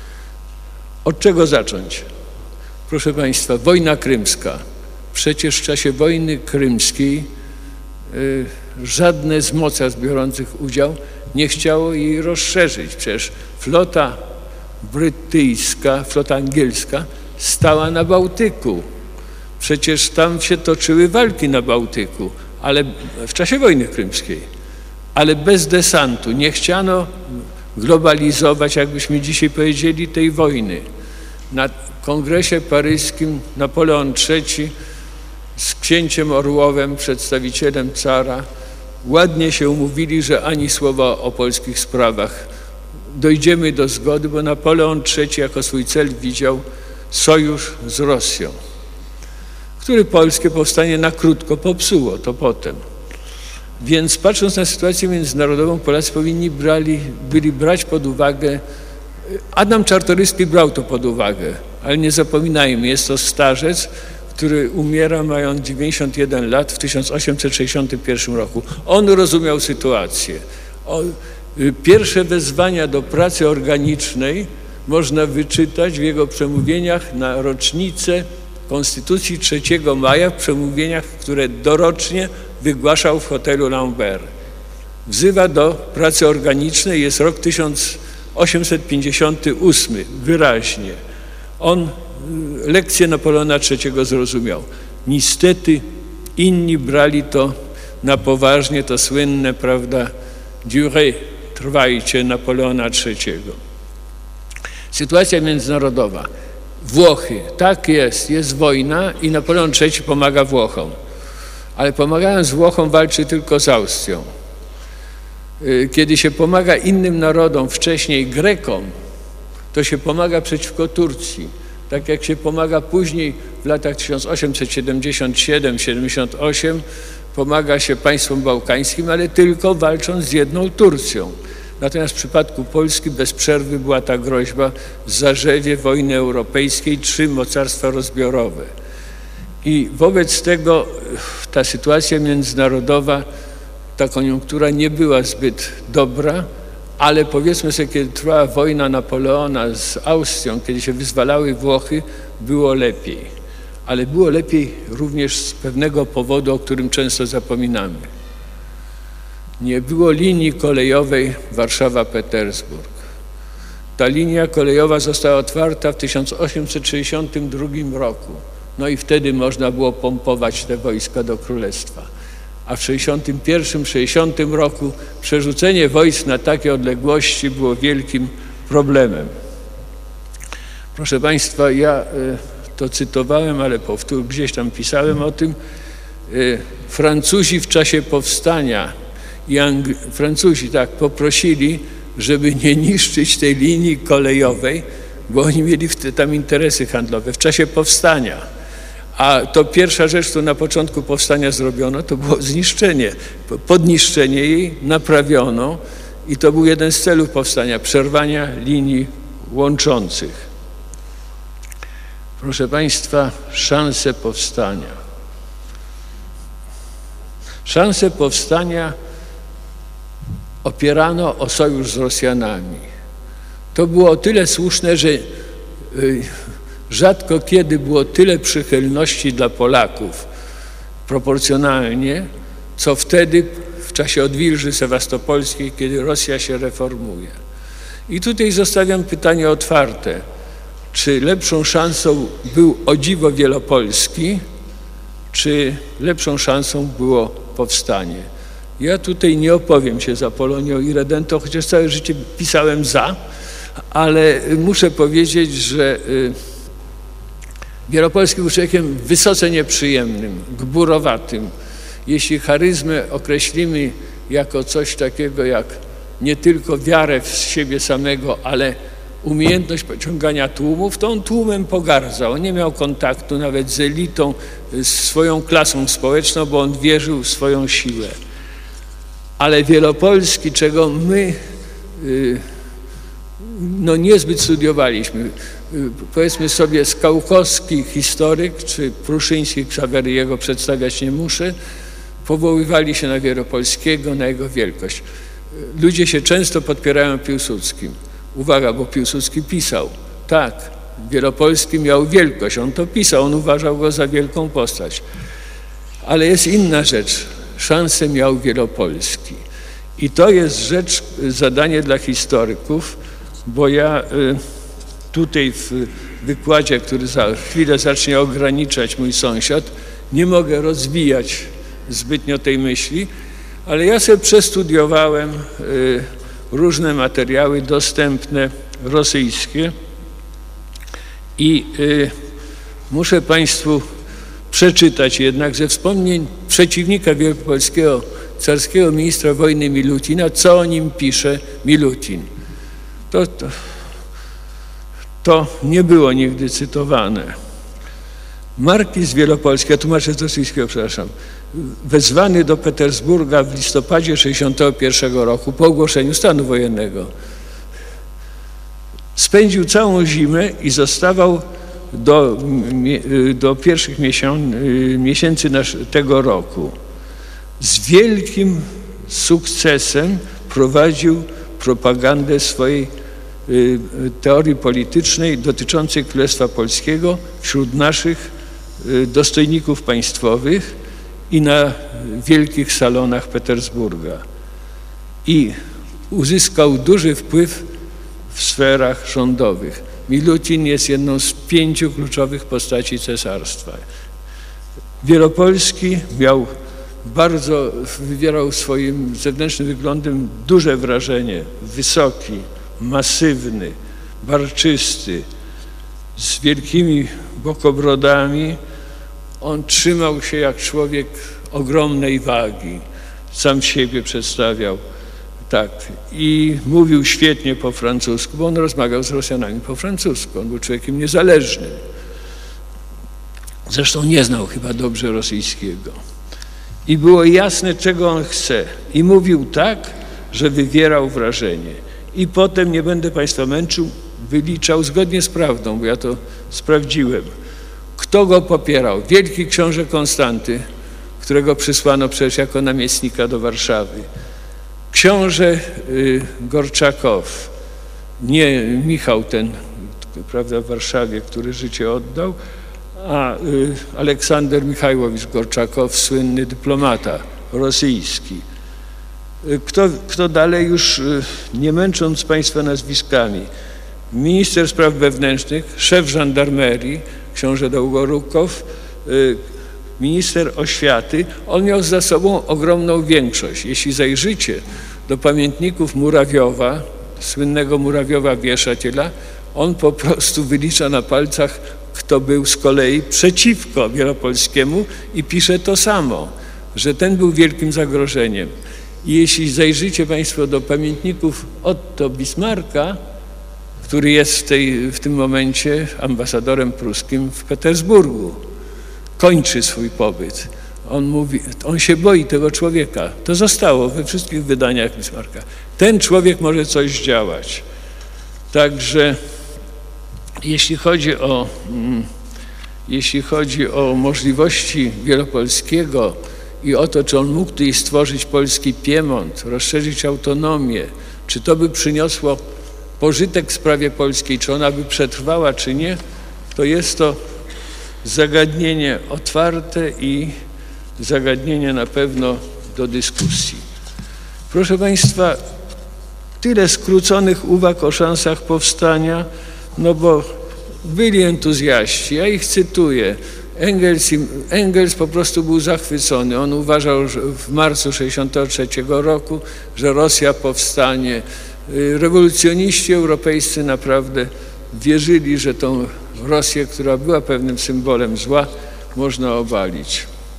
Od czego zacząć? Proszę Państwa, wojna krymska. Przecież w czasie wojny krymskiej y, żadne z mocarstw biorących udział nie chciało jej rozszerzyć. Przecież flota brytyjska, flota angielska stała na Bałtyku. Przecież tam się toczyły walki na Bałtyku, ale w czasie wojny krymskiej, ale bez desantu. Nie chciano globalizować, jakbyśmy dzisiaj powiedzieli, tej wojny. Na kongresie paryskim Napoleon trzeci z księciem Orłowem, przedstawicielem cara, ładnie się umówili, że ani słowa o polskich sprawach. Dojdziemy do zgody, bo Napoleon trzeci jako swój cel widział sojusz z Rosją, który polskie powstanie na krótko popsuło, to potem. Więc patrząc na sytuację międzynarodową, Polacy powinni brali, byli brać pod uwagę, Adam Czartoryski brał to pod uwagę, ale nie zapominajmy, jest to starzec, który umiera mając dziewięćdziesiąt jeden lat w tysiąc osiemset sześćdziesiątym pierwszym roku. On rozumiał sytuację. O, pierwsze wezwania do pracy organicznej można wyczytać w jego przemówieniach na rocznicę Konstytucji trzeciego maja, w przemówieniach, które dorocznie wygłaszał w hotelu Lambert. Wzywa do pracy organicznej, jest rok tysiąc osiemset pięćdziesiąty ósmy, wyraźnie. On lekcję Napoleona trzeciego zrozumiał. Niestety inni brali to na poważnie, to słynne, prawda, durée, trwajcie Napoleona trzeciego. Sytuacja międzynarodowa. Włochy, tak jest, jest wojna i Napoleon trzeci pomaga Włochom. Ale pomagając Włochom walczy tylko z Austrią. Kiedy się pomaga innym narodom, wcześniej Grekom, to się pomaga przeciwko Turcji. Tak jak się pomaga później w latach tysiąc osiemset siedemdziesiąt siedem siedemdziesiąt osiem, pomaga się państwom bałkańskim, ale tylko walcząc z jedną Turcją. Natomiast w przypadku Polski bez przerwy była ta groźba w zarzewie wojny europejskiej, trzy mocarstwa rozbiorowe. I wobec tego ta sytuacja międzynarodowa, ta koniunktura nie była zbyt dobra, ale powiedzmy sobie, kiedy trwała wojna Napoleona z Austrią, kiedy się wyzwalały Włochy, było lepiej. Ale było lepiej również z pewnego powodu, o którym często zapominamy. Nie było linii kolejowej Warszawa-Petersburg. Ta linia kolejowa została otwarta w tysiąc osiemset sześćdziesiątym drugim roku. No i wtedy można było pompować te wojska do Królestwa. a w sześćdziesiątym pierwszym, sześćdziesiątym roku przerzucenie wojsk na takie odległości było wielkim problemem. Proszę Państwa, ja to cytowałem, ale powtórzę, gdzieś tam pisałem o tym. Francuzi w czasie powstania i Angli- Francuzi tak poprosili, żeby nie niszczyć tej linii kolejowej, bo oni mieli tam interesy handlowe w czasie powstania. A to pierwsza rzecz, którą na początku powstania zrobiono, to było zniszczenie, podniszczenie jej, naprawiono i to był jeden z celów powstania, przerwania linii łączących. Proszę Państwa, szanse powstania. Szanse powstania opierano o sojusz z Rosjanami. To było o tyle słuszne, że rzadko kiedy było tyle przychylności dla Polaków proporcjonalnie, co wtedy w czasie odwilży sewastopolskiej, kiedy Rosja się reformuje. I tutaj zostawiam pytanie otwarte. Czy lepszą szansą był o dziwo Wielopolski, czy lepszą szansą było powstanie? Ja tutaj nie opowiem się za Polonią i Redentą, chociaż całe życie pisałem za, ale muszę powiedzieć, że Wielopolski był człowiekiem wysoce nieprzyjemnym, gburowatym. Jeśli charyzmę określimy jako coś takiego jak nie tylko wiarę w siebie samego, ale umiejętność pociągania tłumów, to on tłumem pogardzał. On nie miał kontaktu nawet z elitą, z swoją klasą społeczną, bo on wierzył w swoją siłę. Ale Wielopolski, czego my y, no niezbyt studiowaliśmy, y, powiedzmy sobie Skałkowski historyk, czy Pruszyński Ksaweryjego przedstawiać nie muszę, powoływali się na Wielopolskiego, na jego wielkość. Ludzie się często podpierają Piłsudskim. Uwaga, bo Piłsudski pisał, tak, Wielopolski miał wielkość, on to pisał, on uważał go za wielką postać. Ale jest inna rzecz, szansę miał Wielopolski. I to jest rzecz, zadanie dla historyków, bo ja tutaj w wykładzie, który za chwilę zacznie ograniczać mój sąsiad, nie mogę rozwijać zbytnio tej myśli, ale ja sobie przestudiowałem różne materiały dostępne rosyjskie i y, muszę Państwu przeczytać jednak ze wspomnień przeciwnika wielkopolskiego, carskiego ministra wojny Milutina, co o nim pisze Milutin. To, to, to nie było nigdy cytowane. Markiz Wielopolski, ja tłumaczę z rosyjskiego, przepraszam, wezwany do Petersburga w listopadzie sześćdziesiątego pierwszego roku po ogłoszeniu stanu wojennego. Spędził całą zimę i zostawał do, do pierwszych miesięcy tego roku. Z wielkim sukcesem prowadził propagandę swojej teorii politycznej dotyczącej Królestwa Polskiego wśród naszych dostojników państwowych i na wielkich salonach Petersburga. I uzyskał duży wpływ w sferach rządowych. Milutin jest jedną z pięciu kluczowych postaci cesarstwa. Wielopolski miał bardzo, wywierał swoim zewnętrznym wyglądem duże wrażenie. Wysoki, masywny, barczysty, z wielkimi bokobrodami. On trzymał się jak człowiek ogromnej wagi. Sam siebie przedstawiał tak. I mówił świetnie po francusku, bo on rozmawiał z Rosjanami po francusku. On był człowiekiem niezależnym. Zresztą nie znał chyba dobrze rosyjskiego. I było jasne, czego on chce. I mówił tak, że wywierał wrażenie. I potem, nie będę Państwa męczył, wyliczał zgodnie z prawdą, bo ja to sprawdziłem. Kto go popierał? Wielki książę Konstanty, którego przysłano przecież jako namiestnika do Warszawy. Książę y, Gorczakow, nie Michał ten, prawda, w Warszawie, który życie oddał, a y, Aleksander Michajłowicz Gorczakow, słynny dyplomata rosyjski. Kto, kto dalej już, y, nie męcząc Państwa nazwiskami, minister spraw wewnętrznych, szef żandarmerii, książę Dołgorukow, y, minister oświaty, on miał za sobą ogromną większość. Jeśli zajrzycie do pamiętników Murawiowa, słynnego Murawiowa wieszciela, on po prostu wylicza na palcach, kto był z kolei przeciwko Wielopolskiemu i pisze to samo, że ten był wielkim zagrożeniem. I jeśli zajrzycie Państwo do pamiętników Otto Bismarcka, który jest w, tej, w tym momencie ambasadorem pruskim w Petersburgu, kończy swój pobyt. On mówi, on się boi tego człowieka. To zostało we wszystkich wydaniach Bismarcka. Ten człowiek może coś zdziałać. Także jeśli chodzi o, mm, jeśli chodzi o możliwości Wielopolskiego i o to, czy on mógł tutaj stworzyć polski Piemont, rozszerzyć autonomię, czy to by przyniosło pożytek w sprawie polskiej, czy ona by przetrwała, czy nie, to jest to zagadnienie otwarte i zagadnienie na pewno do dyskusji. Proszę Państwa, tyle skróconych uwag o szansach powstania, no bo byli entuzjaści, ja ich cytuję. Engels, Engels po prostu był zachwycony. On uważał że w marcu tysiąc dziewięćset sześćdziesiątego trzeciego roku, że Rosja powstanie. Rewolucjoniści europejscy naprawdę wierzyli, że tą Rosję, która była pewnym symbolem zła, można obalić.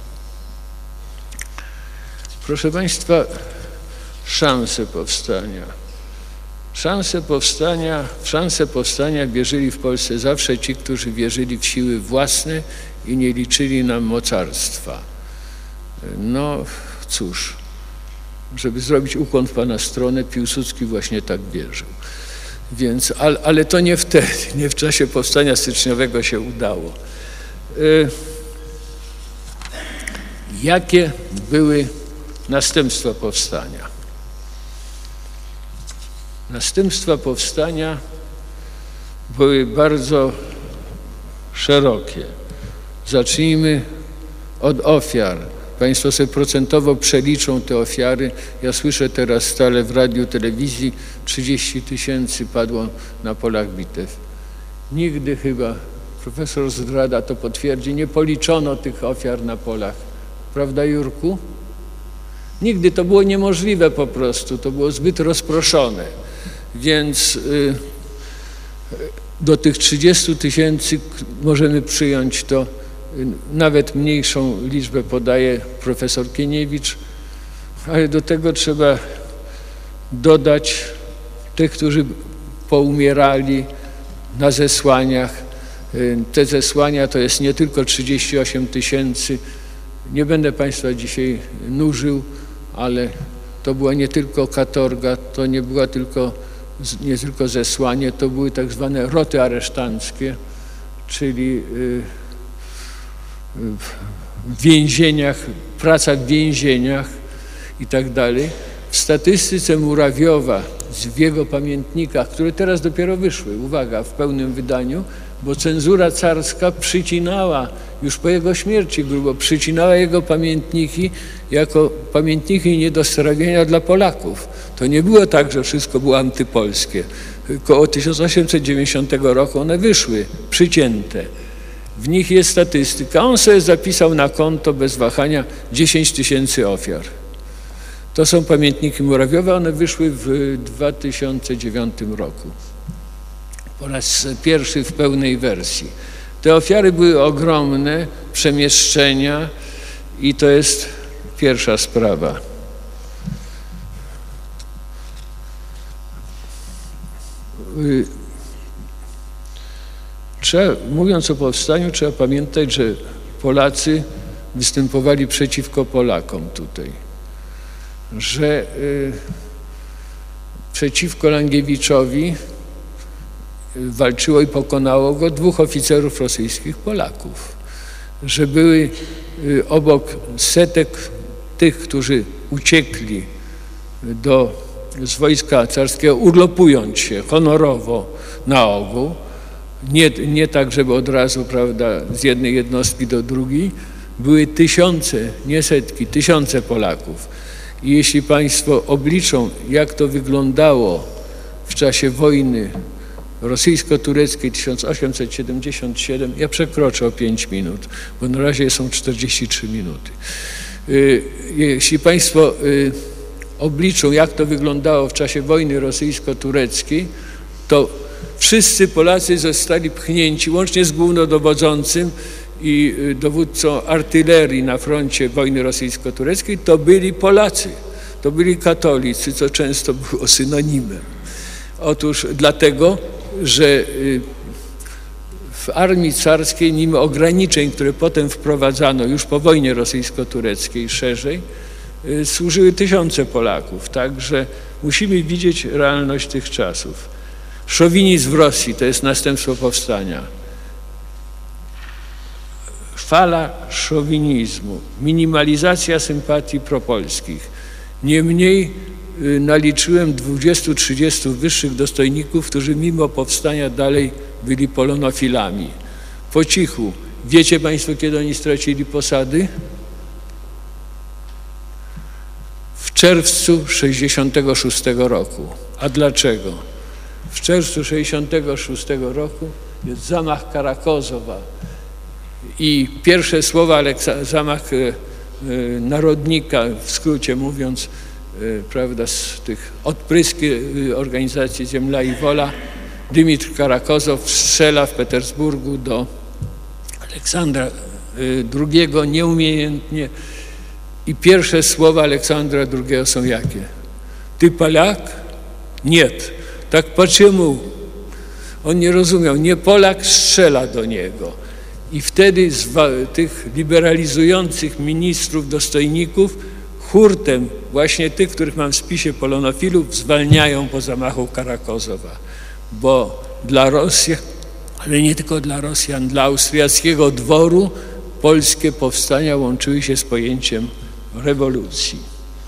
Proszę Państwa, szanse powstania. Szanse powstania, w szanse powstania wierzyli w Polsce zawsze ci, którzy wierzyli w siły własne i nie liczyli na mocarstwa. No cóż, żeby zrobić ukłon w Pana stronę, Piłsudski właśnie tak wierzył. Więc, ale, ale to nie wtedy, nie w czasie powstania styczniowego się udało. Y, jakie były następstwa powstania? Następstwa powstania były bardzo szerokie. Zacznijmy od ofiar. Państwo sobie procentowo przeliczą te ofiary. Ja słyszę teraz stale w radiu, telewizji, trzydzieści tysięcy padło na polach bitew. Nigdy chyba, profesor Zdrada to potwierdzi, nie policzono tych ofiar na polach. Prawda, Jurku? Nigdy to było niemożliwe po prostu, to było zbyt rozproszone. Więc y, do tych trzydziestu tysięcy możemy przyjąć to, y, nawet mniejszą liczbę podaje profesor Kieniewicz, ale do tego trzeba dodać tych, którzy poumierali na zesłaniach. Y, te zesłania to jest nie tylko trzydzieści osiem tysięcy, nie będę Państwa dzisiaj nużył, ale to była nie tylko katorga, to nie była tylko, nie tylko zesłanie, to były tak zwane roty aresztanckie, czyli w więzieniach, praca w więzieniach i tak dalej. W statystyce Murawiowa, w jego pamiętnikach, które teraz dopiero wyszły, uwaga, w pełnym wydaniu, bo cenzura carska przycinała, już po jego śmierci grubo, przycinała jego pamiętniki jako pamiętniki nie do strawienia dla Polaków. To nie było tak, że wszystko było antypolskie. Koło tysiąc osiemset dziewięćdziesiątego roku one wyszły, przycięte. W nich jest statystyka. On sobie zapisał na konto bez wahania dziesięć tysięcy ofiar. To są pamiętniki Murawiowe, one wyszły w dwa tysiące dziewiątym roku. Po raz pierwszy w pełnej wersji. Te ofiary były ogromne, przemieszczenia i to jest pierwsza sprawa. Trzeba, mówiąc o powstaniu, trzeba pamiętać, że Polacy występowali przeciwko Polakom tutaj, że y, przeciwko Langiewiczowi walczyło i pokonało go dwóch oficerów rosyjskich Polaków, że były y, obok setek tych, którzy uciekli do, z wojska carskiego, urlopując się honorowo na ogół, nie, nie tak, żeby od razu, prawda, z jednej jednostki do drugiej, były tysiące, nie setki, tysiące Polaków. I jeśli Państwo obliczą, jak to wyglądało w czasie wojny rosyjsko-tureckiej tysiąc osiemset siedemdziesiąt siedem. Ja przekroczę o pięć minut, bo na razie są czterdzieści trzy minuty. Jeśli Państwo obliczą, jak to wyglądało w czasie wojny rosyjsko-tureckiej, to wszyscy Polacy zostali pchnięci, łącznie z głównodowodzącym i dowódcą artylerii na froncie wojny rosyjsko-tureckiej, to byli Polacy, to byli katolicy, co często było synonimem. Otóż dlatego, że w armii carskiej, mimo ograniczeń, które potem wprowadzano już po wojnie rosyjsko-tureckiej szerzej, służyły tysiące Polaków. Także musimy widzieć realność tych czasów. Szowinizm w Rosji to jest następstwo powstania. Fala szowinizmu, minimalizacja sympatii propolskich. Niemniej naliczyłem dwudziestu trzydziestu wyższych dostojników, którzy mimo powstania dalej byli polonofilami. Po cichu. Wiecie Państwo, kiedy oni stracili posady? W czerwcu sześćdziesiątego szóstego roku. A dlaczego? W czerwcu sześćdziesiątego szóstego roku jest zamach Karakozowa i pierwsze słowa, zamach narodnika, w skrócie mówiąc, prawda, z tych odpryski organizacji Ziemia i Wola, Dymitr Karakozow strzela w Petersburgu do Aleksandra drugiego nieumiejętnie i pierwsze słowa Aleksandra drugiego są jakie? Ty Polak? Nie. Tak почему? On nie rozumiał. Nie Polak, strzela do niego. I wtedy z tych liberalizujących ministrów, dostojników hurtem właśnie tych, których mam w spisie polonofilów, zwalniają po zamachu Karakozowa. Bo dla Rosjan, ale nie tylko dla Rosjan, dla austriackiego dworu polskie powstania łączyły się z pojęciem rewolucji.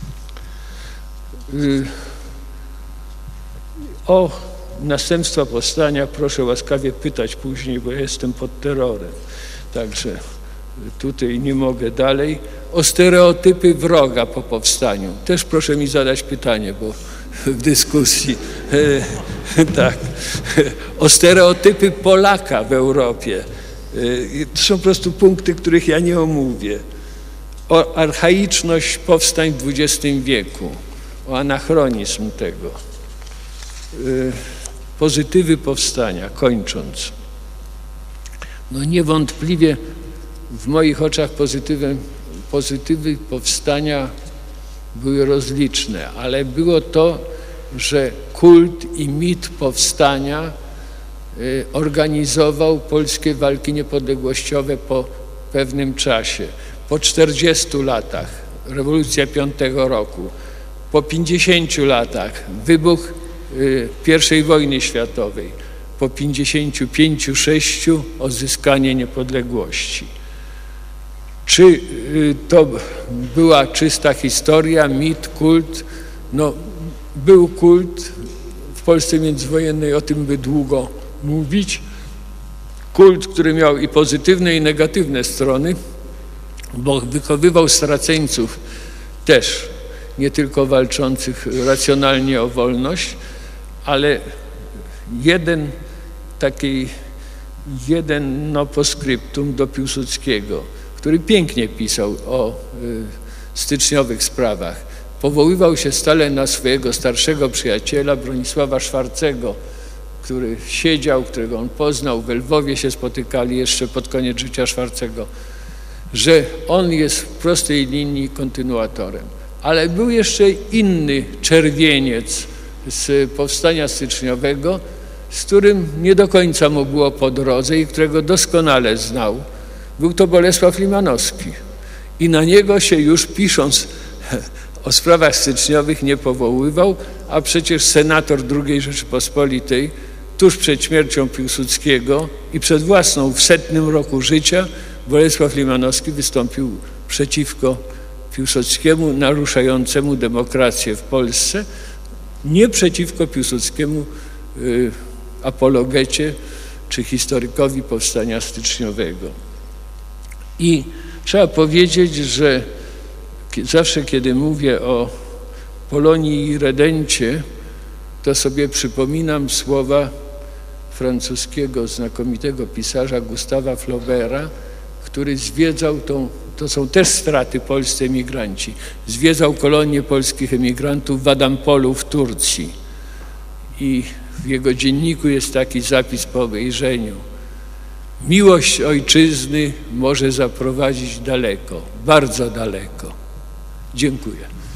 O następstwa powstania proszę łaskawie pytać później, bo ja jestem pod terrorem. Także tutaj nie mogę dalej. O stereotypy wroga po powstaniu. Też proszę mi zadać pytanie, bo w dyskusji. E, tak. O stereotypy Polaka w Europie. E, to są po prostu punkty, których ja nie omówię. O archaiczność powstań w dwudziestym wieku. O anachronizm tego. E, pozytywy powstania, kończąc. No niewątpliwie w moich oczach pozytywy, pozytywy powstania były rozliczne, ale było to, że kult i mit powstania y, organizował polskie walki niepodległościowe po pewnym czasie. Po czterdziestu latach, rewolucja piątego roku, po pięćdziesięciu latach, wybuch y, pierwszej wojny światowej, po pięćdziesięciu pięciu sześciu odzyskanie niepodległości. Czy to była czysta historia, mit, kult? No, był kult w Polsce międzywojennej, o tym by długo mówić. Kult, który miał i pozytywne, i negatywne strony, bo wychowywał straceńców też, nie tylko walczących racjonalnie o wolność, ale jeden taki, jeden no postscriptum do Piłsudskiego, który pięknie pisał o y, styczniowych sprawach. Powoływał się stale na swojego starszego przyjaciela Bronisława Szwarcego, który siedział, którego on poznał, w Lwowie się spotykali jeszcze pod koniec życia Szwarcego, że on jest w prostej linii kontynuatorem. Ale był jeszcze inny czerwieniec z powstania styczniowego, z którym nie do końca mu było po drodze i którego doskonale znał. Był to Bolesław Limanowski i na niego się już pisząc o sprawach styczniowych nie powoływał, a przecież senator drugiej Rzeczypospolitej tuż przed śmiercią Piłsudskiego i przed własną w setnym roku życia Bolesław Limanowski wystąpił przeciwko Piłsudskiemu naruszającemu demokrację w Polsce, nie przeciwko Piłsudskiemu y, apologecie czy historykowi powstania styczniowego. I trzeba powiedzieć, że zawsze kiedy mówię o Polonii i Redencie, to sobie przypominam słowa francuskiego znakomitego pisarza Gustawa Flaubera, który zwiedzał tą, to są też straty polscy emigranci, zwiedzał kolonię polskich emigrantów w Adampolu w Turcji. I w jego dzienniku jest taki zapis po obejrzeniu: miłość ojczyzny może zaprowadzić daleko, bardzo daleko. Dziękuję.